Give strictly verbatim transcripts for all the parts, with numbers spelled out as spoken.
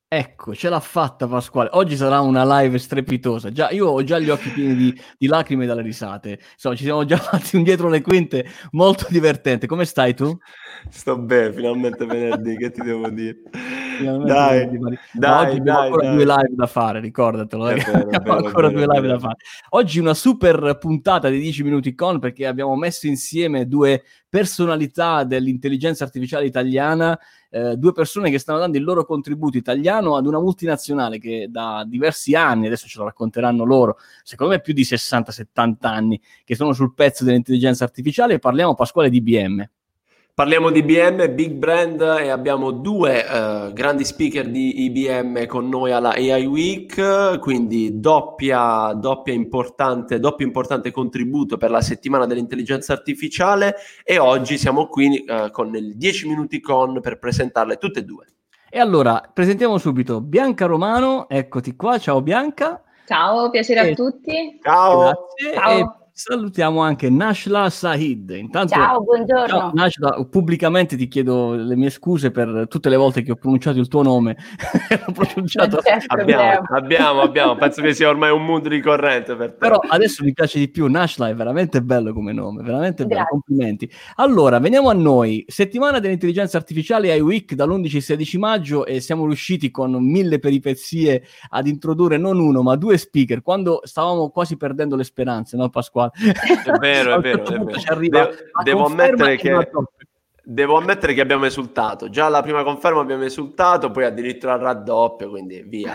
Ecco, ce l'ha fatta Pasquale. Oggi sarà una live strepitosa. Già, io ho già gli occhi pieni di, di lacrime dalle risate. Insomma, ci siamo già fatti un dietro le quinte molto divertente. Come stai tu? Sto bene, finalmente venerdì, che ti devo dire? Finalmente Dai, venerdì, Mari- ma oggi dai, abbiamo dai, ancora due dai. live da fare, ricordatelo, È eh. vero, è Abbiamo vero, è ancora vero, due è live vero, è da vero. fare. Oggi una super puntata di dieci minuti con, perché abbiamo messo insieme due personalità dell'intelligenza artificiale italiana, eh, due persone che stanno dando il loro contributo italiano ad una multinazionale che da diversi anni, adesso ce lo racconteranno loro, secondo me più di sessanta settanta anni, che sono sul pezzo dell'intelligenza artificiale. Parliamo, Pasquale, di I B M. Parliamo di I B M, big brand, e abbiamo due eh, grandi speaker di I B M con noi alla A I Week, quindi doppia, doppia importante, doppio importante contributo per la settimana dell'intelligenza artificiale, e oggi siamo qui eh, con il dieci minuti con per presentarle tutte e due. E allora, presentiamo subito Bianca Romano, eccoti qua, ciao Bianca. Ciao, piacere a E, tutti. Ciao! grazie, e Ciao. salutiamo anche Nashla Said. Intanto, Ciao, ciao buongiorno. Nashla, pubblicamente ti chiedo le mie scuse per tutte le volte che ho pronunciato il tuo nome. L'ho Non pronunciato. c'è Abbiamo, problema. abbiamo, abbiamo, penso che sia ormai un mood ricorrente per te. Però adesso mi piace di più. Nashla è veramente bello come nome, veramente bello, Grazie. complimenti. Allora, veniamo a noi. Settimana dell'intelligenza artificiale A I Week dall'undici al sedici maggio, e siamo riusciti con mille peripezie ad introdurre non uno ma due speaker quando stavamo quasi perdendo le speranze, no Pasquale? È vero, A è un vero, certo è punto vero. ci arriva Devo, la devo conferma ammettere e non la che doppia. devo ammettere che abbiamo esultato. Già alla prima conferma abbiamo esultato, poi addirittura al raddoppio, quindi via.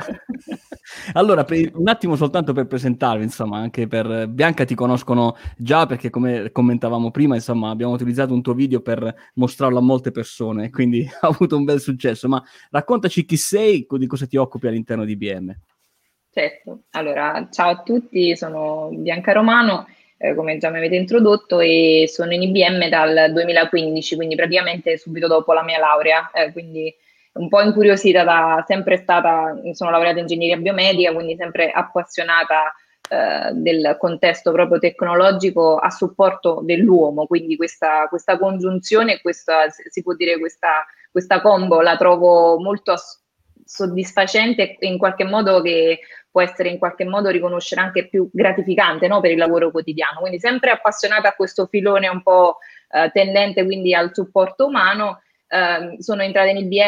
Allora, per- un attimo soltanto per presentarvi, insomma, anche per Bianca ti conoscono già perché, come commentavamo prima, insomma, abbiamo utilizzato un tuo video per mostrarlo a molte persone, quindi ha avuto un bel successo. Ma raccontaci chi sei, di cosa ti occupi all'interno di I B M. Certo. Allora, ciao a tutti, sono Bianca Romano, eh, come già mi avete introdotto, e sono in I B M dal duemilaquindici, quindi praticamente subito dopo la mia laurea, eh, quindi un po' incuriosita, da, sempre stata, sono laureata in ingegneria biomedica, quindi sempre appassionata eh, del contesto proprio tecnologico a supporto dell'uomo, quindi questa, questa congiunzione, questa, si può dire questa, questa combo la trovo molto ass- soddisfacente, e in qualche modo che può essere in qualche modo riconoscere anche più gratificante, no, per il lavoro quotidiano. Quindi sempre appassionata a questo filone un po' eh, tendente quindi al supporto umano. Eh, sono entrata in I B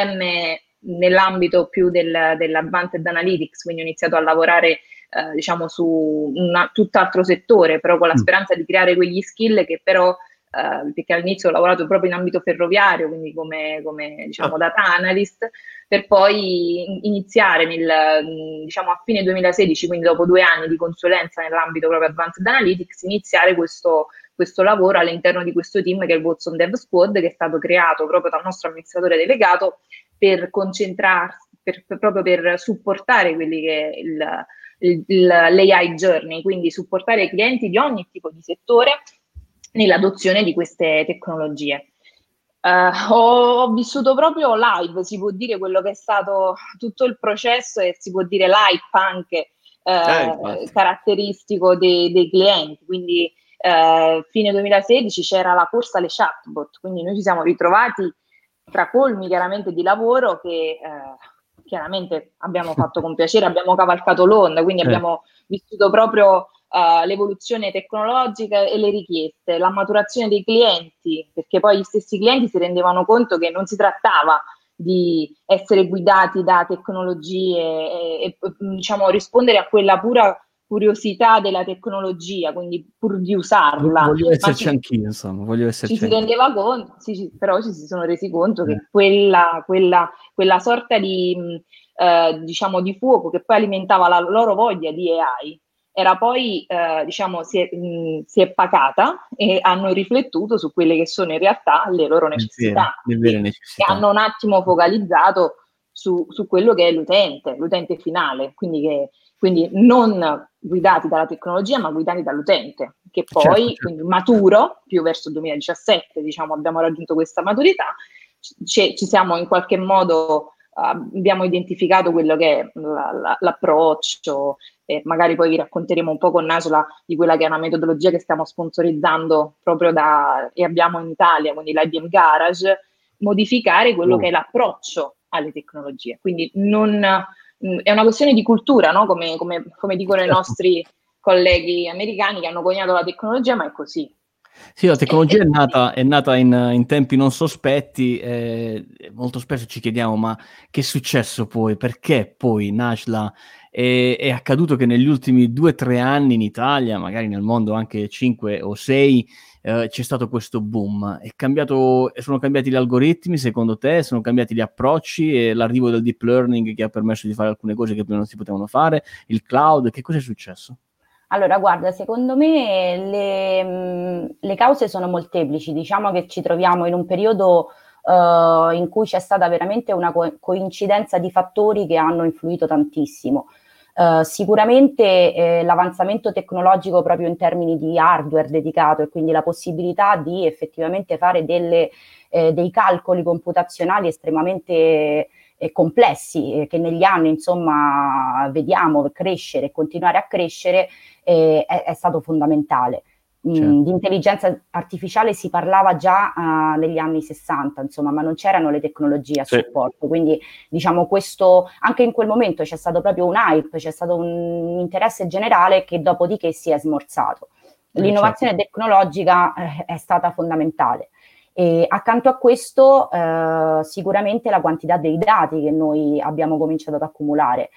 M nell'ambito più del, dell'Advanced Analytics, quindi ho iniziato a lavorare eh, diciamo su un tutt'altro settore, però con la Mm. speranza di creare quegli skill che però, eh, perché all'inizio ho lavorato proprio in ambito ferroviario, quindi come, come diciamo Ah, data analyst, per poi iniziare nel, diciamo a fine duemilasedici, quindi dopo due anni di consulenza nell'ambito proprio Advanced Analytics, iniziare questo, questo lavoro all'interno di questo team che è il Watson Dev Squad, che è stato creato proprio dal nostro amministratore delegato per concentrarsi, per, per, proprio per supportare quelli che è il, il, il, l'A I journey, quindi supportare i clienti di ogni tipo di settore nell'adozione di queste tecnologie. Uh, ho, ho vissuto proprio live, si può dire, quello che è stato tutto il processo, e si può dire l'hype anche eh, eh, infatti. caratteristico dei, dei clienti. Quindi eh, fine duemilasedici c'era la corsa alle chatbot, quindi noi ci siamo ritrovati tra colmi chiaramente di lavoro che eh, chiaramente abbiamo fatto con piacere, abbiamo cavalcato l'onda, quindi Certo. abbiamo vissuto proprio Uh, l'evoluzione tecnologica e le richieste, la maturazione dei clienti, perché poi gli stessi clienti si rendevano conto che non si trattava di essere guidati da tecnologie e, e diciamo rispondere a quella pura curiosità della tecnologia, quindi pur di usarla, Voglio ma esserci ci, anch'io, insomma, voglio ci esserci si anch'io. rendeva conto, sì, però ci si sono resi conto Eh. che quella, quella, quella sorta di, mh, eh, diciamo, di fuoco che poi alimentava la loro voglia di A I era poi, eh, diciamo, si è, mh, si è pacata, e hanno riflettuto su quelle che sono in realtà le loro È vero, necessità, le vere quindi, e necessità. hanno un attimo focalizzato su, su quello che è l'utente, l'utente finale, quindi, che, quindi non guidati dalla tecnologia, ma guidati dall'utente, che Certo, poi, certo. quindi maturo, più verso il duemiladiciassette, diciamo, abbiamo raggiunto questa maturità, ci, ci siamo in qualche modo, uh, abbiamo identificato quello che è la, la, l'approccio, e magari poi vi racconteremo un po' con Nasula di quella che è una metodologia che stiamo sponsorizzando proprio da, e abbiamo in Italia, quindi l'I B M Garage, modificare quello che Oh. è l'approccio alle tecnologie. Quindi non, è una questione di cultura, no? Come, come, come dicono i nostri colleghi americani che hanno coniato la tecnologia, ma è così. Sì, la tecnologia è nata, è nata in, in tempi non sospetti, eh, molto spesso ci chiediamo ma che è successo poi, perché poi Najla è, è accaduto che negli ultimi due o tre anni in Italia, magari nel mondo anche cinque o sei, eh, c'è stato questo boom, è cambiato, sono cambiati gli algoritmi secondo te, sono cambiati gli approcci e l'arrivo del deep learning che ha permesso di fare alcune cose che prima non si potevano fare, il cloud, che cosa è successo? Allora, guarda, secondo me le, mh, le cause sono molteplici. Diciamo che ci troviamo in un periodo uh, in cui c'è stata veramente una co- coincidenza di fattori che hanno influito tantissimo. Uh, sicuramente eh, l'avanzamento tecnologico proprio in termini di hardware dedicato e quindi la possibilità di effettivamente fare delle, eh, dei calcoli computazionali estremamente eh, complessi eh, che negli anni insomma vediamo crescere e continuare a crescere eh, è, è stato fondamentale. Certo. Mm, di intelligenza artificiale si parlava già uh, negli anni sessanta, insomma, ma non c'erano le tecnologie a Sì. supporto, quindi diciamo questo, anche in quel momento c'è stato proprio un hype, c'è stato un interesse generale che dopodiché si è smorzato. L'innovazione certo. tecnologica eh, è stata fondamentale. E accanto a questo eh, sicuramente la quantità dei dati che noi abbiamo cominciato ad accumulare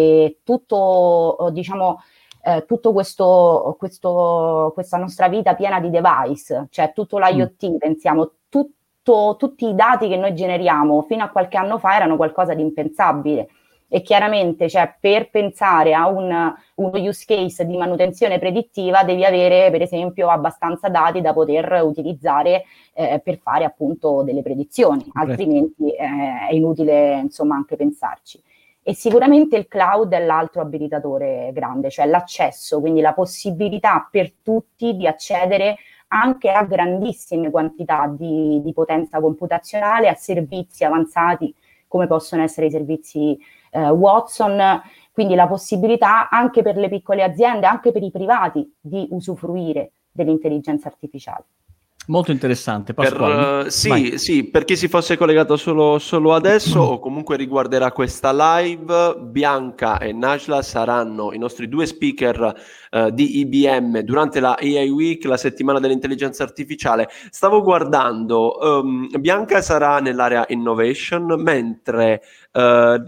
e tutto, diciamo, eh, tutto questo, questo, questa nostra vita piena di device, cioè tutto l'I O T, mm. pensiamo, tutto, tutti i dati che noi generiamo fino a qualche anno fa erano qualcosa di impensabile. E chiaramente, cioè, per pensare a un, uno use case di manutenzione predittiva devi avere, per esempio, abbastanza dati da poter utilizzare eh, per fare appunto delle predizioni, altrimenti eh, è inutile, insomma, anche pensarci. E sicuramente il cloud è l'altro abilitatore grande, cioè l'accesso, quindi la possibilità per tutti di accedere anche a grandissime quantità di, di potenza computazionale, a servizi avanzati come possono essere i servizi eh, Watson, quindi la possibilità anche per le piccole aziende, anche per i privati, di usufruire dell'intelligenza artificiale. Molto interessante, Pasquale. Per, uh, sì, sì, per chi si fosse collegato solo, solo adesso o comunque riguarderà questa live, Bianca e Najla saranno i nostri due speaker uh, di I B M durante la A I Week, la settimana dell'intelligenza artificiale. Stavo guardando, um, Bianca sarà nell'area innovation, mentre uh,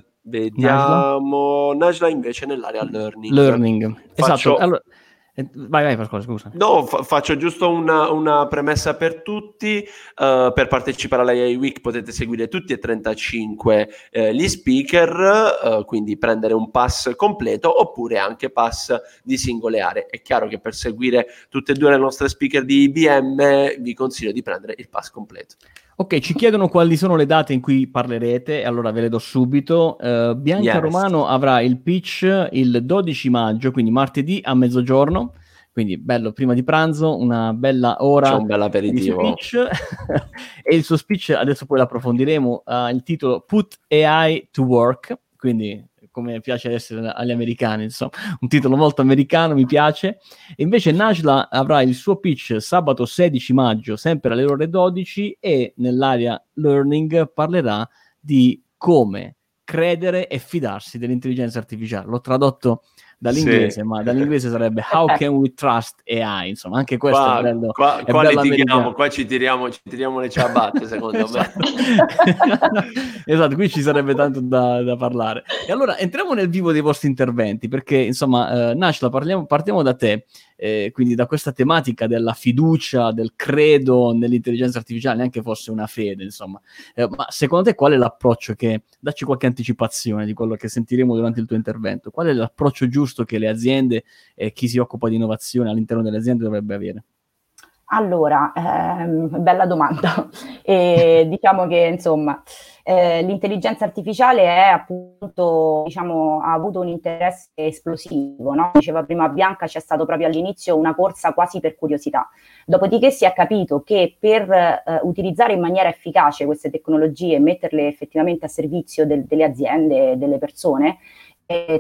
vediamo Najla? Najla invece nell'area learning. Learning, Faccio... esatto. Allora... Vai, vai, Pasquale, scusa. No, fa- faccio giusto una, una premessa per tutti. Uh, per partecipare alla A I Week potete seguire tutti e trentacinque eh, gli speaker, uh, quindi prendere un pass completo oppure anche pass di singole aree. È chiaro che per seguire tutte e due le nostre speaker di I B M vi consiglio di prendere il pass completo. Ok, ci chiedono quali sono le date in cui parlerete, allora ve le do subito. Uh, Bianca Yes. Romano avrà il pitch il dodici maggio, quindi martedì a mezzogiorno, quindi bello, prima di pranzo, una bella ora C'è un bel aperitivo. di speech. E il suo speech, adesso poi l'approfondiremo, ha il titolo Put A I to Work, quindi come piace essere agli americani, insomma, un titolo molto americano, mi piace. E invece Najla avrà il suo pitch sabato sedici maggio, sempre alle ore dodici, e nell'area learning parlerà di come credere e fidarsi dell'intelligenza artificiale. L'ho tradotto dall'inglese, sì. Ma dall'inglese sarebbe How can we trust A I? Insomma, anche questo qua, è bello. Qua, è qua bello litighiamo, qua ci tiriamo, ci tiriamo le ciabatte, secondo me. Esatto, qui ci sarebbe tanto da, da parlare. E allora entriamo nel vivo dei vostri interventi, perché insomma, eh, Najla, parliamo, partiamo da te, eh, quindi da questa tematica della fiducia, del credo nell'intelligenza artificiale, neanche fosse una fede, insomma. Eh, ma secondo te qual è l'approccio che, dacci qualche anticipazione di quello che sentiremo durante il tuo intervento, qual è l'approccio giusto che le aziende e chi si occupa di innovazione all'interno delle aziende dovrebbe avere? Allora, ehm, bella domanda. E diciamo che insomma eh, l'intelligenza artificiale è appunto, diciamo, ha avuto un interesse esplosivo, no? Diceva prima Bianca, c'è stato proprio all'inizio una corsa quasi per curiosità. Dopodiché si è capito che per eh, utilizzare in maniera efficace queste tecnologie e metterle effettivamente a servizio del, delle aziende e delle persone, eh,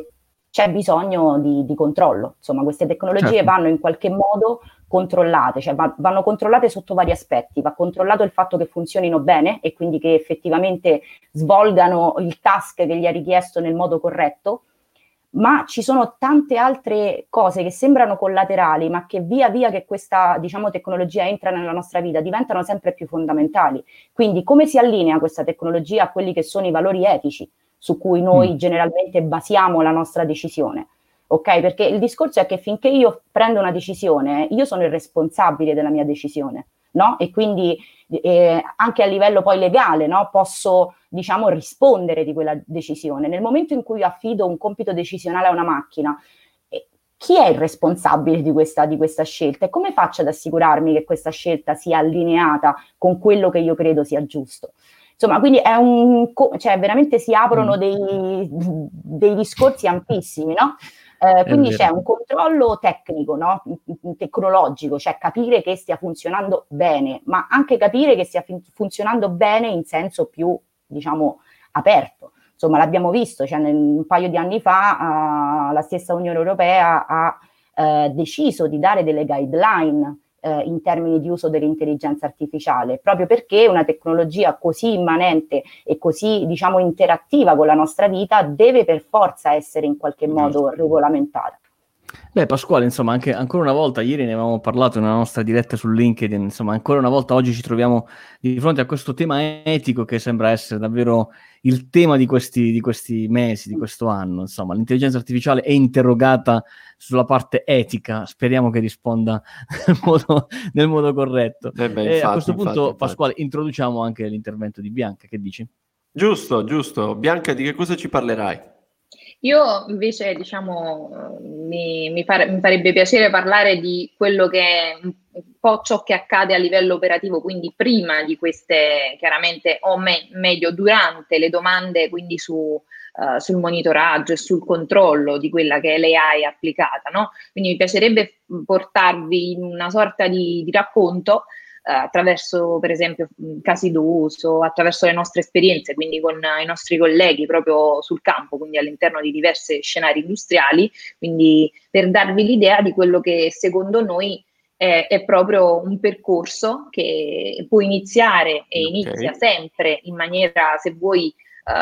c'è bisogno di, di controllo. Insomma, queste tecnologie Certo. vanno in qualche modo controllate, cioè va, vanno controllate sotto vari aspetti. Va controllato il fatto che funzionino bene e quindi che effettivamente svolgano il task che gli ha richiesto nel modo corretto, ma ci sono tante altre cose che sembrano collaterali, ma che via via che questa, diciamo, tecnologia entra nella nostra vita diventano sempre più fondamentali. Quindi come si allinea questa tecnologia a quelli che sono i valori etici su cui noi Mm. generalmente basiamo la nostra decisione? Ok? Perché il discorso è che finché io prendo una decisione, io sono il responsabile della mia decisione, no? E quindi eh, anche a livello poi legale, no? Posso, diciamo, rispondere di quella decisione. Nel momento in cui affido un compito decisionale a una macchina, eh, chi è il responsabile di questa, di questa scelta? E come faccio ad assicurarmi che questa scelta sia allineata con quello che io credo sia giusto? Insomma, quindi è un, cioè veramente si aprono Mm. dei, dei discorsi ampissimi, no? Eh, quindi vero. c'è un controllo tecnico, no? Tecnologico, cioè capire che stia funzionando bene, ma anche capire che stia fin- funzionando bene in senso più, diciamo, aperto. Insomma, l'abbiamo visto, cioè nel, un paio di anni fa uh, la stessa Unione Europea ha uh, deciso di dare delle guideline uh, in termini di uso dell'intelligenza artificiale, proprio perché una tecnologia così immanente e così, diciamo, interattiva con la nostra vita deve per forza essere in qualche modo regolamentata. Beh, Pasquale, insomma, anche ancora una volta, ieri ne avevamo parlato nella nostra diretta su LinkedIn, insomma, ancora una volta oggi ci troviamo di fronte a questo tema etico che sembra essere davvero il tema di questi, di questi mesi, di questo anno. Insomma, l'intelligenza artificiale è interrogata sulla parte etica, speriamo che risponda nel modo, nel modo corretto. Eh beh, e infatti, a questo punto, infatti, infatti. Pasquale, introduciamo anche l'intervento di Bianca, che dici? Giusto, giusto. Bianca, di che cosa ci parlerai? Io invece, diciamo, mi, mi, pare, mi farebbe piacere parlare di quello che è un po' ciò che accade a livello operativo, quindi prima di queste, chiaramente, o me, meglio, durante le domande, quindi su, uh, sul monitoraggio e sul controllo di quella che è l'A I applicata, no? Quindi mi piacerebbe portarvi in una sorta di, di racconto Uh, attraverso per esempio mh, casi d'uso, attraverso le nostre esperienze, quindi con uh, i nostri colleghi proprio sul campo, quindi all'interno di diversi scenari industriali, quindi per darvi l'idea di quello che secondo noi è, è proprio un percorso che può iniziare e Ok. inizia sempre in maniera, se vuoi,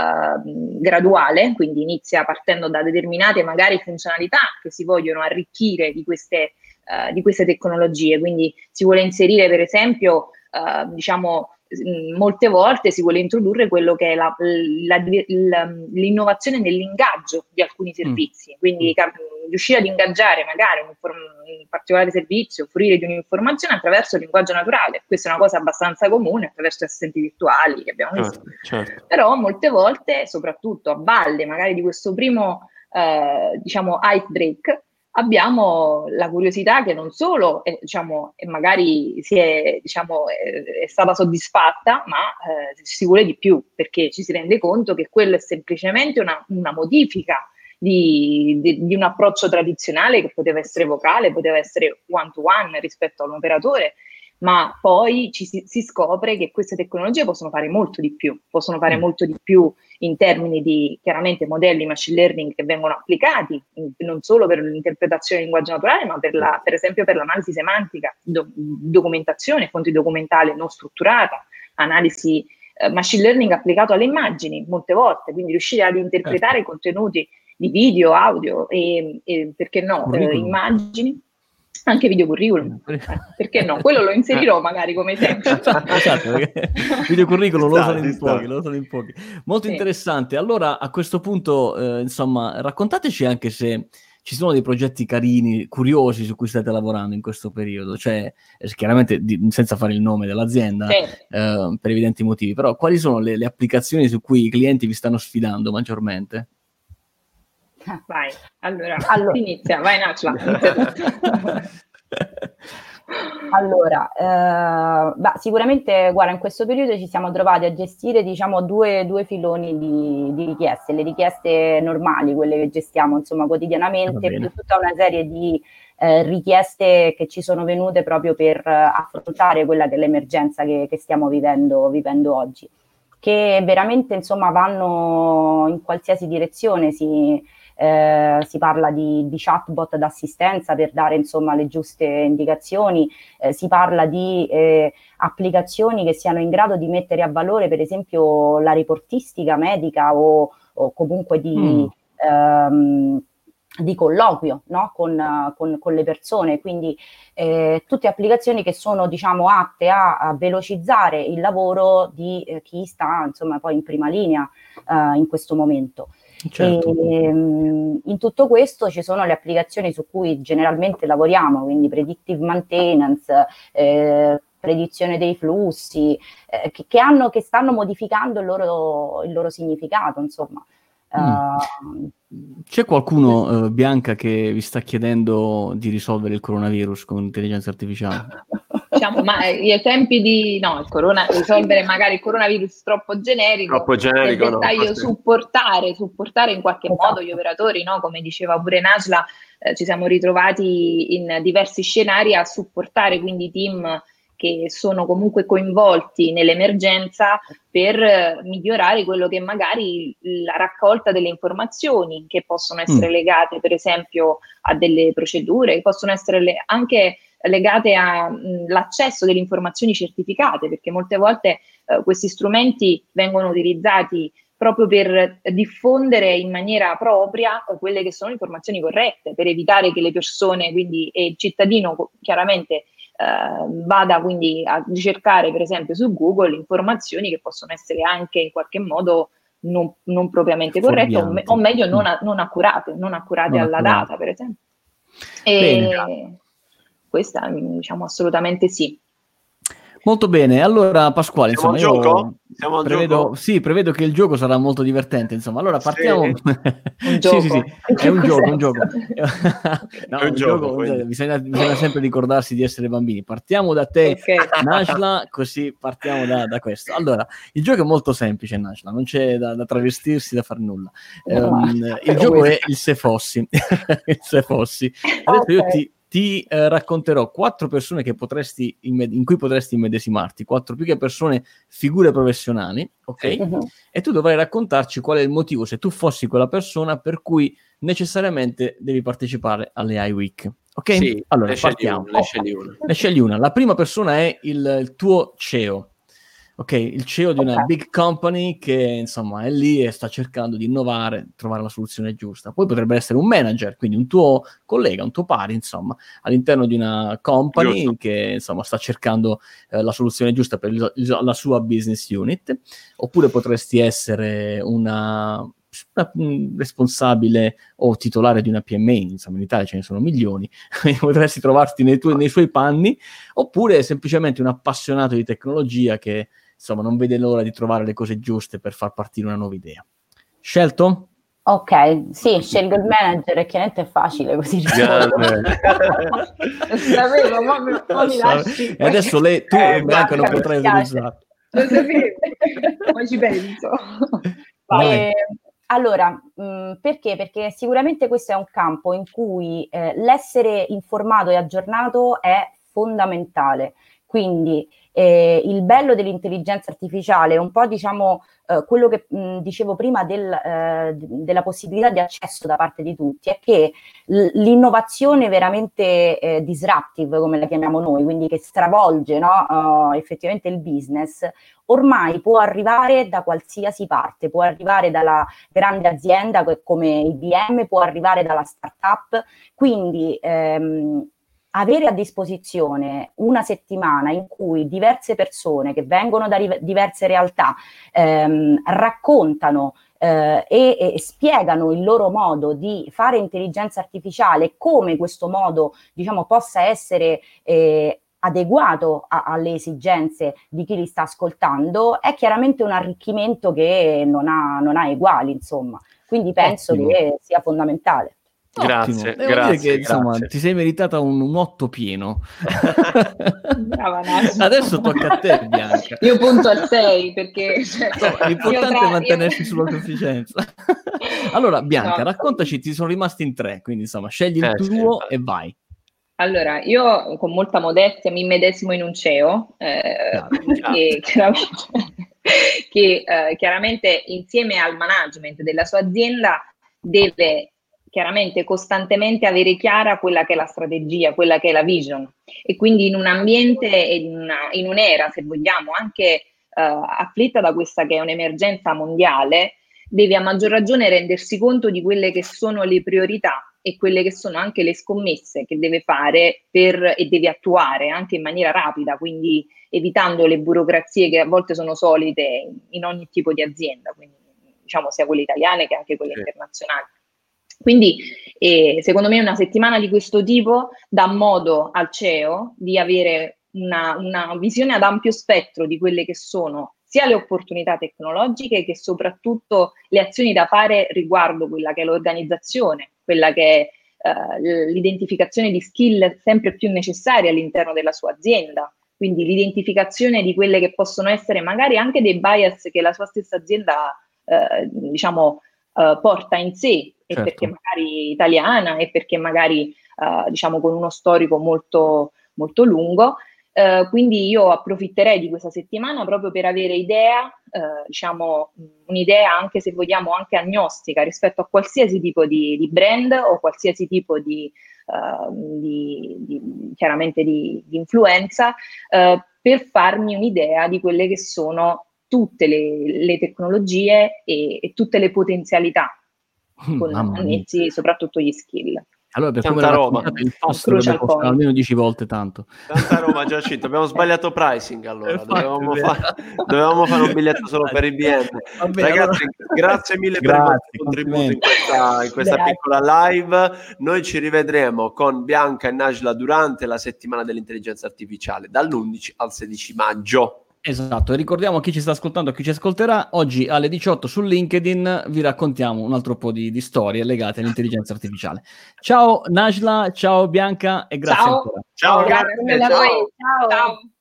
Uh, graduale, quindi inizia partendo da determinate magari funzionalità che si vogliono arricchire di queste, uh, di queste tecnologie, quindi si vuole inserire per esempio uh, diciamo mh, molte volte si vuole introdurre quello che è la, la, la, l'innovazione nell'ingaggio di alcuni servizi, mm. quindi cap- riuscire ad ingaggiare magari un, un particolare servizio, offrire di un'informazione attraverso il linguaggio naturale. Questa è una cosa abbastanza comune attraverso assistenti virtuali che abbiamo visto. Certo, certo. Però molte volte, soprattutto a valle magari di questo primo eh, diciamo ice break, abbiamo la curiosità che non solo eh, diciamo, magari si è, diciamo, è, è stata soddisfatta, ma eh, si vuole di più, perché ci si rende conto che quello è semplicemente una, una modifica Di, di, di un approccio tradizionale che poteva essere vocale, poteva essere one to one rispetto a un operatore, ma poi ci si, si scopre che queste tecnologie possono fare molto di più, possono fare mm. molto di più in termini di chiaramente modelli machine learning che vengono applicati in, non solo per l'interpretazione del linguaggio naturale, ma per, la, per esempio per l'analisi semantica, do, documentazione, fonti documentali non strutturata, analisi eh, machine learning applicato alle immagini molte volte, quindi riuscire ad interpretare certo. i contenuti di video, audio e, e perché no, eh, immagini, anche video curriculum, eh, perché no? Quello lo inserirò magari come esempio. Esatto, perché video curriculum lo usano in sta. pochi, lo usano in pochi. Molto sì. interessante. Allora, a questo punto, eh, insomma, raccontateci anche se ci sono dei progetti carini, curiosi su cui state lavorando in questo periodo, cioè eh, chiaramente di, senza fare il nome dell'azienda, sì. eh, per evidenti motivi, però quali sono le, le applicazioni su cui i clienti vi stanno sfidando maggiormente? Vai, allora, allora. inizia, vai Nacla. Allora, eh, bah, sicuramente, guarda, in questo periodo ci siamo trovati a gestire, diciamo, due, due filoni di, di richieste, le richieste normali, quelle che gestiamo, insomma, quotidianamente, più tutta una serie di eh, richieste che ci sono venute proprio per eh, affrontare quella che è l'emergenza che, che stiamo vivendo, vivendo oggi, che veramente, insomma, vanno in qualsiasi direzione, si... eh, si parla di, di chatbot d'assistenza per dare insomma le giuste indicazioni, eh, si parla di eh, applicazioni che siano in grado di mettere a valore per esempio la reportistica medica o, o comunque di... Mm. Ehm, di colloquio, no? con, uh, con, con le persone, quindi eh, tutte applicazioni che sono diciamo atte a, a velocizzare il lavoro di eh, chi sta insomma poi in prima linea uh, in questo momento. Certo. E, um, in tutto questo ci sono le applicazioni su cui generalmente lavoriamo, quindi predictive maintenance, eh, predizione dei flussi, eh, che, che, hanno, che stanno modificando il loro, il loro significato, insomma. Mm. C'è qualcuno, uh, Bianca, che vi sta chiedendo di risolvere il coronavirus con intelligenza artificiale? Diciamo, ma gli esempi di no, il corona, risolvere magari il coronavirus troppo generico, troppo generico nel dettaglio, no, supportare, supportare in qualche modo gli operatori, no? Come diceva pure Najla, eh, ci siamo ritrovati in diversi scenari a supportare quindi i team che sono comunque coinvolti nell'emergenza per eh, migliorare quello che magari la raccolta delle informazioni che possono essere mm. legate per esempio a delle procedure, che possono essere le, anche legate all'accesso delle informazioni certificate, perché molte volte eh, questi strumenti vengono utilizzati proprio per diffondere in maniera propria quelle che sono le informazioni corrette, per evitare che le persone, quindi e il cittadino chiaramente Uh, vada quindi a ricercare per esempio su Google informazioni che possono essere anche in qualche modo non, non propriamente corrette o, me, o meglio non, a, non accurate, non accurate non alla accurate. Data per esempio. E bene. Questa diciamo assolutamente sì. Molto bene, allora Pasquale, Siamo insomma, al io gioco? Siamo al prevedo, gioco? Sì, prevedo che il gioco sarà molto divertente, insomma. Allora partiamo... Sì. Un sì, sì, sì, è un Cos'è? gioco, un gioco. No, è un un gioco, gioco bisogna, bisogna sempre ricordarsi di essere bambini. Partiamo da te, okay. Najla, così partiamo da, da questo. Allora, il gioco è molto semplice, Najla, non c'è da, da travestirsi, da fare nulla. No, um, il gioco è il Se Fossi. il Se Fossi. Adesso okay. io ti... ti eh, racconterò quattro persone che potresti immed- in cui potresti immedesimarti, quattro più che persone, figure professionali, ok? Uh-huh. E tu dovrai raccontarci qual è il motivo, se tu fossi quella persona, per cui necessariamente devi partecipare alle I Week, ok? Sì, allora ne partiamo. Scegli una, ne scegli una. Ne scegli una. La prima persona è il, il tuo C E O. Ok, il C E O di una okay. big company che insomma è lì e sta cercando di innovare, trovare la soluzione giusta. Poi potrebbe essere un manager, quindi un tuo collega, un tuo pari, insomma, all'interno di una company Giusto. Che insomma sta cercando eh, la soluzione giusta per il, la sua business unit. Oppure potresti essere una, una responsabile o titolare di una P M I, insomma in Italia ce ne sono milioni, potresti trovarti nei, tuoi, nei suoi panni, oppure semplicemente un appassionato di tecnologia che insomma non vede l'ora di trovare le cose giuste per far partire una nuova idea. Scelto? Ok, sì, scelgo il manager, e chiaramente è facile così. Sapevo, ma mi, ma mi lasci. E adesso lei, tu eh, Bianca non potrai utilizzare. Lo sapevo, poi ci penso. E, allora, mh, perché? Perché sicuramente questo è un campo in cui eh, l'essere informato e aggiornato è fondamentale. Quindi eh, il bello dell'intelligenza artificiale è un po', diciamo, eh, quello che mh, dicevo prima del, eh, della possibilità di accesso da parte di tutti, è che l- l'innovazione veramente eh, disruptive, come la chiamiamo noi, quindi che stravolge, no, uh, effettivamente il business, ormai può arrivare da qualsiasi parte, può arrivare dalla grande azienda come I B M, può arrivare dalla startup, quindi ehm, avere a disposizione una settimana in cui diverse persone che vengono da ri- diverse realtà ehm, raccontano eh, e, e spiegano il loro modo di fare intelligenza artificiale, come questo modo, diciamo, possa essere eh, adeguato a- alle esigenze di chi li sta ascoltando, è chiaramente un arricchimento che non ha, non ha eguali, insomma. Quindi penso Ottimo. Che sia fondamentale. Grazie, Devo grazie, dire che insomma grazie. ti sei meritata un, un otto pieno. Brava, Nadia. Adesso tocca a te, Bianca. Io punto al sei perché cioè, no, l'importante tra... è mantenersi io... sulla sufficienza. Allora, Bianca, no. raccontaci, ti sono rimasti in tre, quindi insomma scegli il eh, tuo sì, e vai. Allora, io con molta modestia mi medesimo in un C E O eh, che chiaramente, che, eh, chiaramente insieme al management della sua azienda deve chiaramente costantemente avere chiara quella che è la strategia, quella che è la vision, e quindi in un ambiente e in, una, in un'era, se vogliamo, anche uh, afflitta da questa che è un'emergenza mondiale, devi a maggior ragione rendersi conto di quelle che sono le priorità e quelle che sono anche le scommesse che deve fare per, e deve attuare anche in maniera rapida, quindi evitando le burocrazie che a volte sono solite in ogni tipo di azienda, quindi diciamo sia quelle italiane che anche quelle sì. internazionali. Quindi eh, secondo me una settimana di questo tipo dà modo al C E O di avere una, una visione ad ampio spettro di quelle che sono sia le opportunità tecnologiche che soprattutto le azioni da fare riguardo quella che è l'organizzazione, quella che è uh, l'identificazione di skill sempre più necessarie all'interno della sua azienda, quindi l'identificazione di quelle che possono essere magari anche dei bias che la sua stessa azienda uh, diciamo uh, porta in sé, e certo. perché magari italiana e perché magari uh, diciamo con uno storico molto, molto lungo. Uh, quindi io approfitterei di questa settimana proprio per avere idea, uh, diciamo un'idea anche se vogliamo anche agnostica rispetto a qualsiasi tipo di, di brand o qualsiasi tipo di, uh, di, di chiaramente di, di influenza, uh, per farmi un'idea di quelle che sono tutte le, le tecnologie e, e tutte le potenzialità con annessi soprattoputto gli skill. Allora, per Tanta come Roma, il posto dovrebbe costare almeno dieci volte tanto. Tanta Roma, Giacinto, abbiamo sbagliato pricing allora, dovevamo, fa- dovevamo fare un biglietto solo per I B M. Bene, Ragazzi, allora... grazie mille grazie, per il vostro contributo in questa, in questa piccola live. Noi ci rivedremo con Bianca e Najla durante la settimana dell'intelligenza artificiale, dall'undici al sedici maggio. Esatto, e ricordiamo a chi ci sta ascoltando, a chi ci ascolterà, oggi alle diciotto su LinkedIn vi raccontiamo un altro po' di, di storie legate all'intelligenza artificiale. Ciao Najla, ciao Bianca e grazie ciao. ancora. Ciao, grazie a voi. Ciao. Ciao.